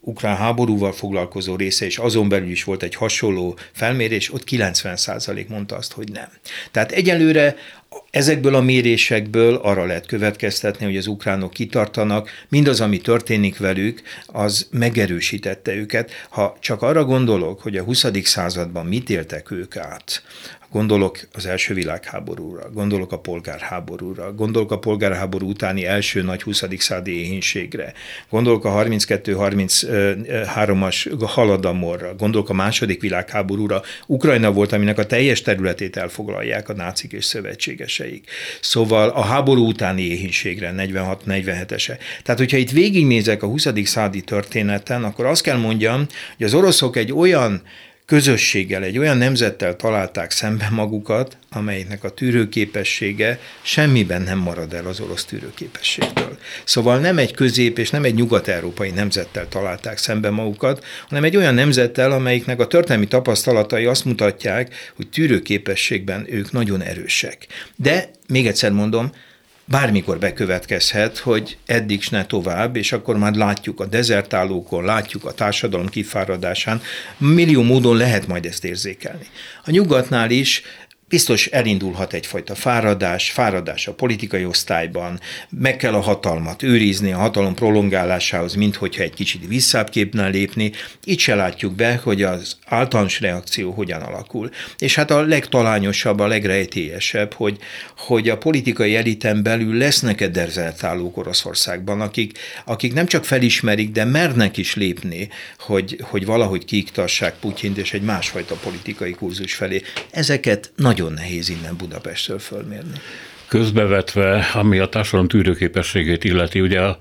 ukrán háborúval foglalkozó része, és azon belül is volt egy hasonló felmérés, ott kilencven százalék mondta azt, hogy nem. Tehát egyelőre ezekből a mérésekből arra lehet következtetni, hogy az ukránok kitartanak, mindaz, ami történik velük, az megerősítette őket. Ha csak arra gondolok, hogy a huszadik században mit éltek ők át, gondolok az első világháborúra, gondolok a polgárháborúra, gondolok a polgárháború utáni első nagy huszadik századi éhínségre, gondolok a harminckettő harminchárom-as haladomorra, gondolok a második világháborúra. Ukrajna volt, aminek a teljes területét elfoglalják a nácik és szövetségeseik. Szóval a háború utáni éhínségre, negyvenhat negyvenhetese. Tehát, hogyha itt végignézek a huszadik századi történeten, akkor azt kell mondjam, hogy az oroszok egy olyan közösséggel, egy olyan nemzettel találták szembe magukat, amelynek a tűrőképessége semmiben nem marad el az orosz tűrőképességtől. Szóval nem egy közép- és nem egy nyugat-európai nemzettel találták szembe magukat, hanem egy olyan nemzettel, amelyiknek a történelmi tapasztalatai azt mutatják, hogy tűrőképességben ők nagyon erősek. De, még egyszer mondom, bármikor bekövetkezhet, hogy eddig s ne tovább, és akkor már látjuk a dezertálókon, látjuk a társadalom kifáradásán, millió módon lehet majd ezt érzékelni. A nyugatnál is biztos elindulhat egyfajta fáradás, fáradás a politikai osztályban, meg kell a hatalmat őrizni, a hatalom prolongálásához, minthogyha egy kicsit visszább képne lépni. Itt se látjuk be, hogy az általános reakció hogyan alakul. És hát a legtalányosabb, a legrejtélyesebb, hogy, hogy a politikai eliten belül lesznek-e dezertálók Oroszországban, akik, akik nem csak felismerik, de mernek is lépni, hogy, hogy valahogy kiiktassák Putyint és egy másfajta politikai kurzus felé. Ezeket nagy nagyon nehéz innen Budapestről fölmérni. Közbevetve, ami a társadalom tűrőképességét illeti, ugye a,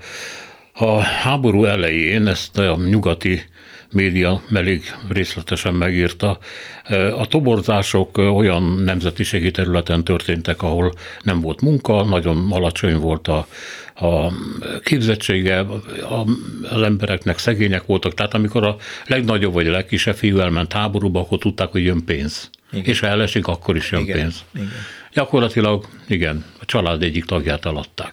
a háború elején ezt a nyugati média elég részletesen megírta. A toborzások olyan nemzetiségi területen történtek, ahol nem volt munka, nagyon alacsony volt a, a képzettsége, a, az embereknek szegények voltak, tehát amikor a legnagyobb vagy a legkisebb fiú elment háborúba, akkor tudták, hogy jön pénz. Igen. És ha elesik, akkor is jön igen. pénz. Igen. Gyakorlatilag, igen, a család egyik tagját eladták.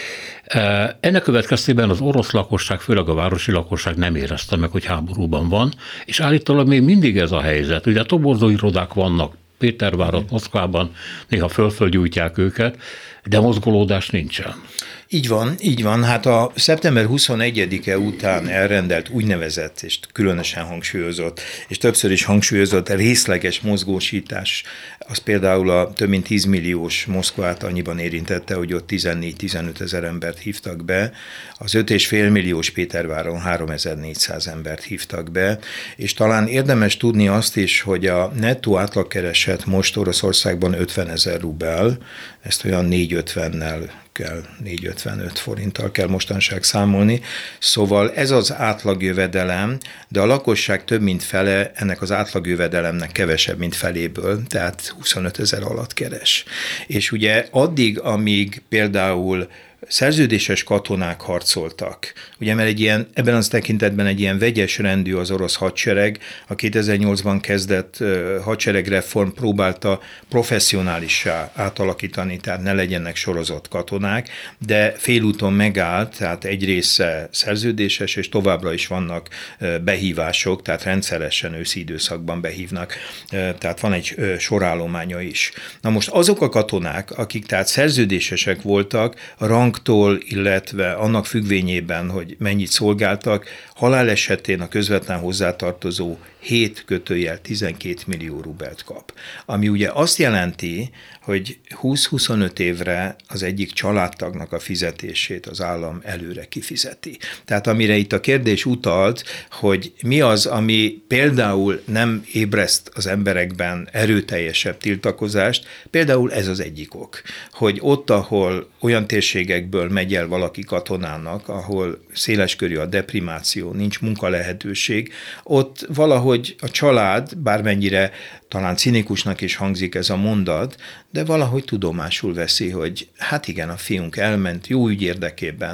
Ennek következtében az orosz lakosság, főleg a városi lakosság nem érezte meg, hogy háborúban van, és állítólag még mindig ez a helyzet. Ugye toborzó irodák vannak Pétervárat, Moszkvában, néha fölfölgyújtják őket, de mozgolódás nincsen. Így van, így van. Hát a szeptember huszonegyedike után elrendelt úgynevezett, és különösen hangsúlyozott, és többször is hangsúlyozott részleges mozgósítás, az például a több mint tíz milliós Moszkvát annyiban érintette, hogy ott tizennégy-tizenöt ezer embert hívtak be, az öt és fél milliós Péterváron háromezer-négyszáz embert hívtak be, és talán érdemes tudni azt is, hogy a nettó átlagkereset most Oroszországban ötvenezer rubel, ezt olyan négy-ötvennel kell, négy-ötvenöt forinttal kell mostanság számolni. Szóval ez az átlagjövedelem, de a lakosság több mint fele ennek az átlagjövedelemnek kevesebb, mint feléből, tehát huszonöt ezer alatt keres. És ugye addig, amíg például szerződéses katonák harcoltak. Ugye, mert egy ilyen, ebben az tekintetben egy ilyen vegyes rendű az orosz hadsereg, a kétezer-nyolcban kezdett hadseregreform próbálta professzionálissá átalakítani, tehát ne legyenek sorozott katonák, de félúton megállt, tehát egy része szerződéses, és továbbra is vannak behívások, tehát rendszeresen őszi időszakban behívnak, tehát van egy sorállománya is. Na most azok a katonák, akik tehát szerződésesek voltak, a rangtól, illetve annak függvényében, hogy mennyit szolgáltak, halál esetén a közvetlen hozzátartozó hét kötőjel tizenkét millió rubelt kap. Ami ugye azt jelenti, hogy húsz-huszonöt évre az egyik családtagnak a fizetését az állam előre kifizeti. Tehát amire itt a kérdés utalt, hogy mi az, ami például nem ébreszt az emberekben erőteljesebb tiltakozást, például ez az egyik ok, hogy ott, ahol olyan térségekből megy el valaki katonának, ahol széleskörű a deprimáció, nincs munkalehetőség, ott valahogy a család, bármennyire talán cinikusnak is hangzik ez a mondat, de valahogy tudomásul veszi, hogy hát igen, a fiunk elment jó ügy érdekében,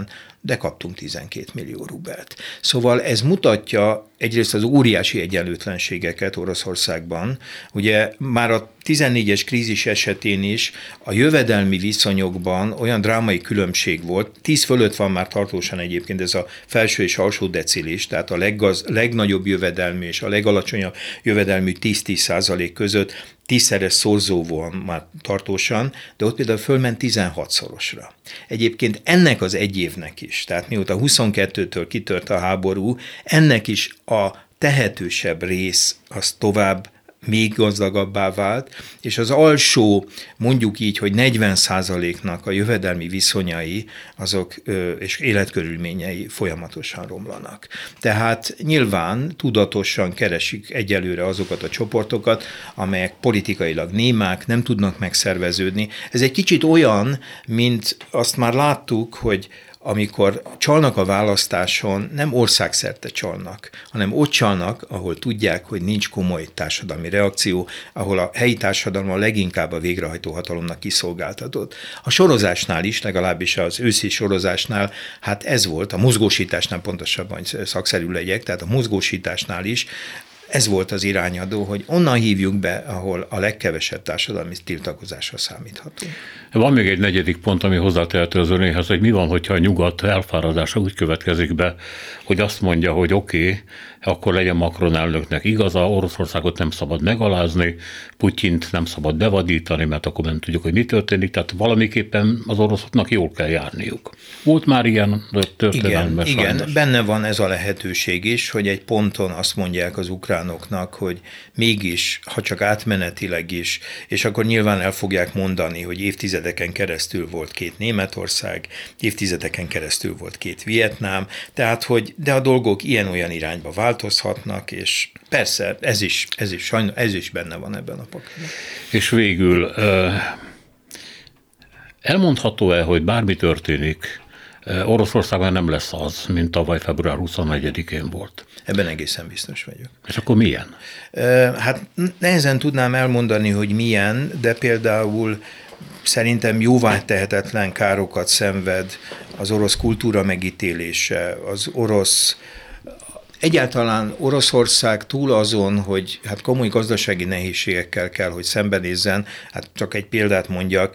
de kaptunk tizenkét millió rubelt. Szóval ez mutatja egyrészt az óriási egyenlőtlenségeket Oroszországban. Ugye már a tizennégyes krízis esetén is a jövedelmi viszonyokban olyan drámai különbség volt, tíz fölött van már tartósan egyébként ez a felső és alsó decilis, tehát a leggaz, legnagyobb jövedelmű és a legalacsonyabb jövedelmű tíz-tíz százalék között tízszeres szorzó van már tartósan, de ott például fölment tizenhatszorosra. Egyébként ennek az egy évnek is, tehát mióta huszonkettőtől kitört a háború, ennek is a tehetősebb rész az tovább még gazdagabbá vált, és az alsó, mondjuk így, hogy negyven százaléknak a jövedelmi viszonyai azok és életkörülményei folyamatosan romlanak. Tehát nyilván tudatosan keresik egyelőre azokat a csoportokat, amelyek politikailag némák, nem tudnak megszerveződni. Ez egy kicsit olyan, mint azt már láttuk, hogy amikor csalnak a választáson, nem országszerte csalnak, hanem ott csalnak, ahol tudják, hogy nincs komoly társadalmi reakció, ahol a helyi társadalom a leginkább a végrehajtó hatalomnak kiszolgáltatott. A sorozásnál is, legalábbis az őszi sorozásnál, hát ez volt, a mozgósításnál pontosabban szakszerű legyek, tehát a mozgósításnál is, ez volt az irányadó, hogy onnan hívjuk be, ahol a legkevesebb társadalmi tiltakozásra számíthatunk. Van még egy negyedik pont, ami hozzátehető az önéhez, hogy mi van, hogyha a nyugat elfáradása úgy következik be, hogy azt mondja, hogy oké, okay, akkor legyen Macron elnöknek igaza, Oroszországot nem szabad megalázni, Putyint nem szabad bevadítani, mert akkor nem tudjuk, hogy mi történik, tehát valamiképpen az oroszoknak jól kell járniuk. Volt már ilyen történelme? Igen, igen, benne van ez a lehetőség is, hogy egy ponton azt mondják az ukránoknak, hogy mégis, ha csak átmenetileg is, és akkor nyilván el fogják mondani, hogy évtizedeken keresztül volt két Németország, évtizedeken keresztül volt két Vietnám, tehát hogy de a dolgok ilyen-olyan irányba változhatnak, és persze ez is, ez is, sajnos, ez is benne van ebben a pakliban. És végül elmondható-e, hogy bármi történik, Oroszországban nem lesz az, mint tavaly február huszonnegyedikén volt? Ebben egészen biztos vagyok. És akkor milyen? Hát nehezen tudnám elmondani, hogy milyen, de például szerintem jóvá tehetetlen károkat szenved az orosz kultúra megítélése, az orosz Egyáltalán Oroszország túl azon, hogy hát komoly gazdasági nehézségekkel kell, hogy szembenézzen, hát csak egy példát mondjak,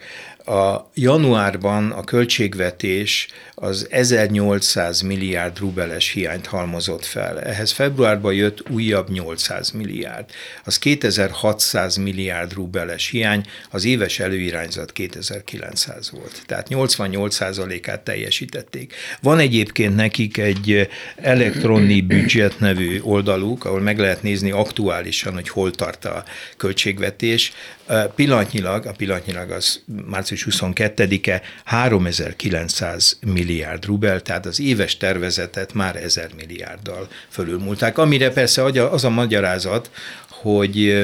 a januárban a költségvetés az ezernyolcszáz milliárd rubeles hiányt halmozott fel. Ehhez februárban jött újabb nyolcszáz milliárd. Az kétezer-hatszáz milliárd rubeles hiány, az éves előirányzat kétezer-kilencszáz volt. Tehát nyolcvannyolc százalékát teljesítették. Van egyébként nekik egy Electronic Budget nevű oldaluk, ahol meg lehet nézni aktuálisan, hogy hol tart a költségvetés. Pillanatnyilag, a pillanatnyilag az március huszonkettedike háromezer-kilencszáz milliárd rubel, tehát az éves tervezetet már ezer milliárddal fölülmúlták. Amire persze az a magyarázat, hogy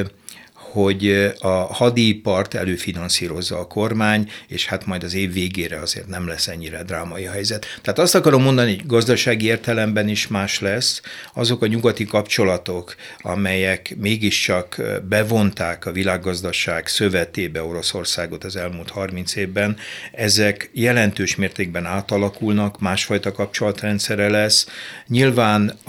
hogy a hadipart előfinanszírozza a kormány, és hát majd az év végére azért nem lesz ennyire drámai a helyzet. Tehát azt akarom mondani, hogy gazdasági értelemben is más lesz. Azok a nyugati kapcsolatok, amelyek mégiscsak bevonták a világgazdaság szövetébe Oroszországot az elmúlt harminc évben, ezek jelentős mértékben átalakulnak, másfajta kapcsolatrendszere lesz. Nyilván a,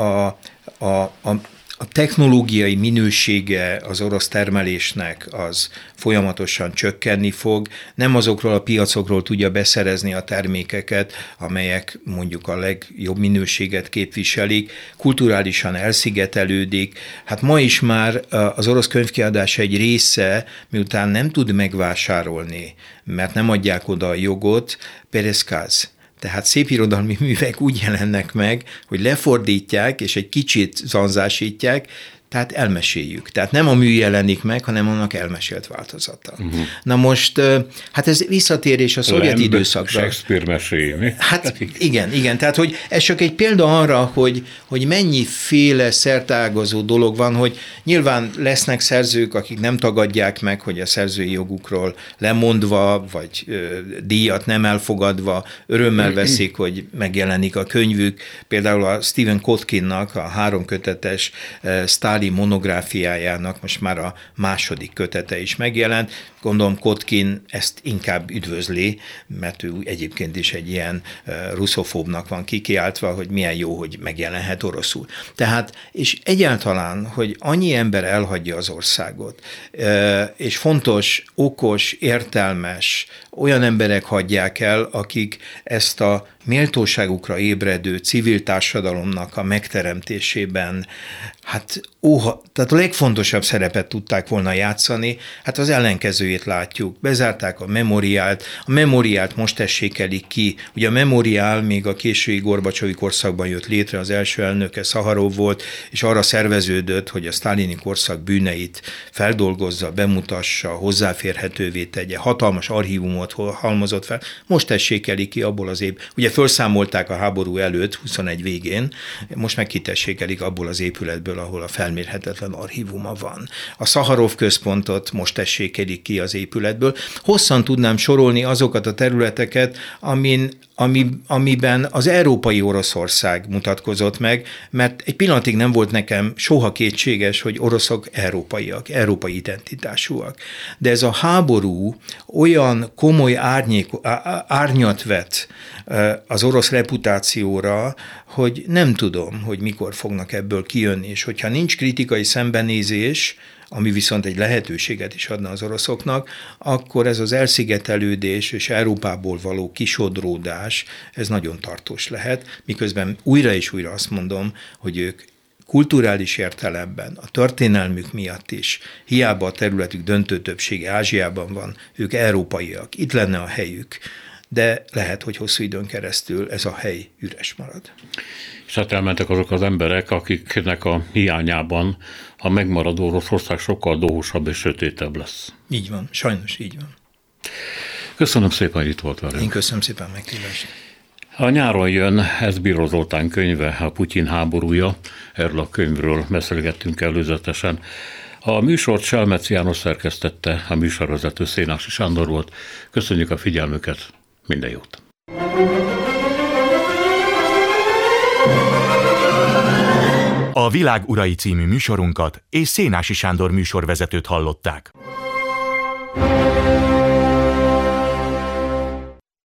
a, a A technológiai minősége az orosz termelésnek az folyamatosan csökkenni fog, nem azokról a piacokról tudja beszerezni a termékeket, amelyek mondjuk a legjobb minőséget képviselik, kulturálisan elszigetelődik. Hát ma is már az orosz könyvkiadás egy része, miután nem tud megvásárolni, mert nem adják oda a jogot, pereszkáz. Tehát szépirodalmi művek úgy jelennek meg, hogy lefordítják, és egy kicsit zanzásítják, tehát elmeséljük. Tehát nem a mű jelenik meg, hanem annak elmesélt változata. Uh-huh. Na most, hát ez visszatérés a szovjet időszakra. Shakespeare meséi, mi? Hát igen, igen. Tehát, hogy ez csak egy példa arra, hogy, hogy mennyiféle szerteágazó dolog van, hogy nyilván lesznek szerzők, akik nem tagadják meg, hogy a szerzői jogukról lemondva, vagy ö, díjat nem elfogadva, örömmel veszik, hogy megjelenik a könyvük. Például a Stephen Kotkinnak a háromkötetes Sztálin Sztálin monográfiájának most már a második kötete is megjelent. Gondolom Kotkin ezt inkább üdvözli, mert ő egyébként is egy ilyen russzofóbnak van kikiáltva, hogy milyen jó, hogy megjelenhet oroszul. Tehát, és egyáltalán, hogy annyi ember elhagyja az országot, és fontos, okos, értelmes, olyan emberek hagyják el, akik ezt a méltóságukra ébredő civil társadalomnak a megteremtésében, hát óha, tehát a legfontosabb szerepet tudták volna játszani, hát az ellenkezőjét látjuk. Bezárták a memoriált, a memoriált most tessékelik ki. Ugye a memoriál még a késői Gorbacsovi korszakban jött létre, az első elnöke Szaharov volt, és arra szerveződött, hogy a sztálini korszak bűneit feldolgozza, bemutassa, hozzáférhetővé tegye, hatalmas archívumot halmozott fel. Most tessékelik ki abból az év, ugye felszámolták a háború előtt, huszonegy végén, most meg kitessékelik abból az épületből, ahol a felmérhetetlen archívuma van. A Szaharov központot most tessékelik ki az épületből. Hosszan tudnám sorolni azokat a területeket, amin, ami, amiben az európai Oroszország mutatkozott meg, mert egy pillanatig nem volt nekem soha kétséges, hogy oroszok európaiak, európai identitásúak. De ez a háború olyan komoly árnyék, árnyat vet az orosz reputációra, hogy nem tudom, hogy mikor fognak ebből kijönni, és hogyha nincs kritikai szembenézés, ami viszont egy lehetőséget is adna az oroszoknak, akkor ez az elszigetelődés és Európából való kisodródás, ez nagyon tartós lehet, miközben újra és újra azt mondom, hogy ők kulturális értelemben, a történelmük miatt is, hiába a területük döntő többsége Ázsiában van, ők európaiak, itt lenne a helyük, de lehet, hogy hosszú időn keresztül ez a hely üres marad. És hát elmentek azok az emberek, akiknek a hiányában a megmaradó Oroszország sokkal dohósabb és sötétebb lesz. Így van, sajnos így van. Köszönöm szépen, hogy itt volt velünk. Én köszönöm szépen megkívást. A nyáron jön Eszbíró Zoltán könyve, a Putyin háborúja. Erről a könyvről beszélgettünk előzetesen. A műsort Selmecz János szerkesztette, a műsorvezető Szénási Sándor volt. Köszönjük a figyelmüket, minden jót! A Világ urai című műsorunkat és Szénási Sándor műsorvezetőt hallották.